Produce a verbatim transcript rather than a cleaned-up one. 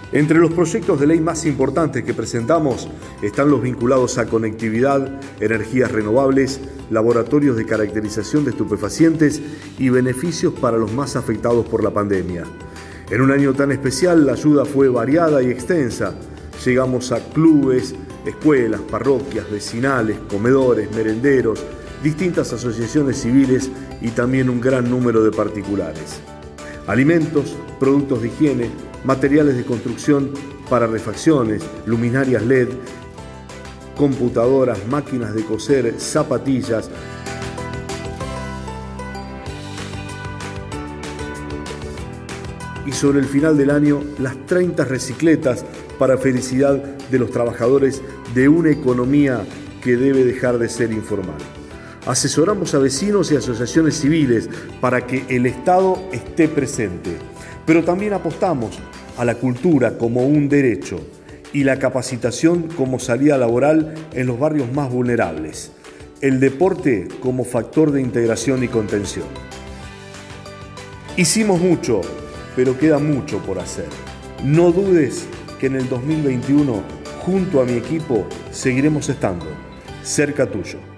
Entre los proyectos de ley más importantes que presentamos están los vinculados a conectividad, energías renovables, laboratorios de caracterización de estupefacientes y beneficios para los más afectados por la pandemia. En un año tan especial, la ayuda fue variada y extensa. Llegamos a clubes, escuelas, parroquias, vecinales, comedores, merenderos, distintas asociaciones civiles y también un gran número de particulares. Alimentos, productos de higiene, materiales de construcción para refacciones, luminarias L E D, computadoras, máquinas de coser, zapatillas. Y sobre el final del año, las treinta recicletas para felicidad de los trabajadores de una economía que debe dejar de ser informal. Asesoramos a vecinos y asociaciones civiles para que el Estado esté presente, pero también apostamos a la cultura como un derecho y la capacitación como salida laboral en los barrios más vulnerables, el deporte como factor de integración y contención. Hicimos mucho, pero queda mucho por hacer. No dudes que en el dos mil veintiuno, junto a mi equipo, seguiremos estando cerca tuyo.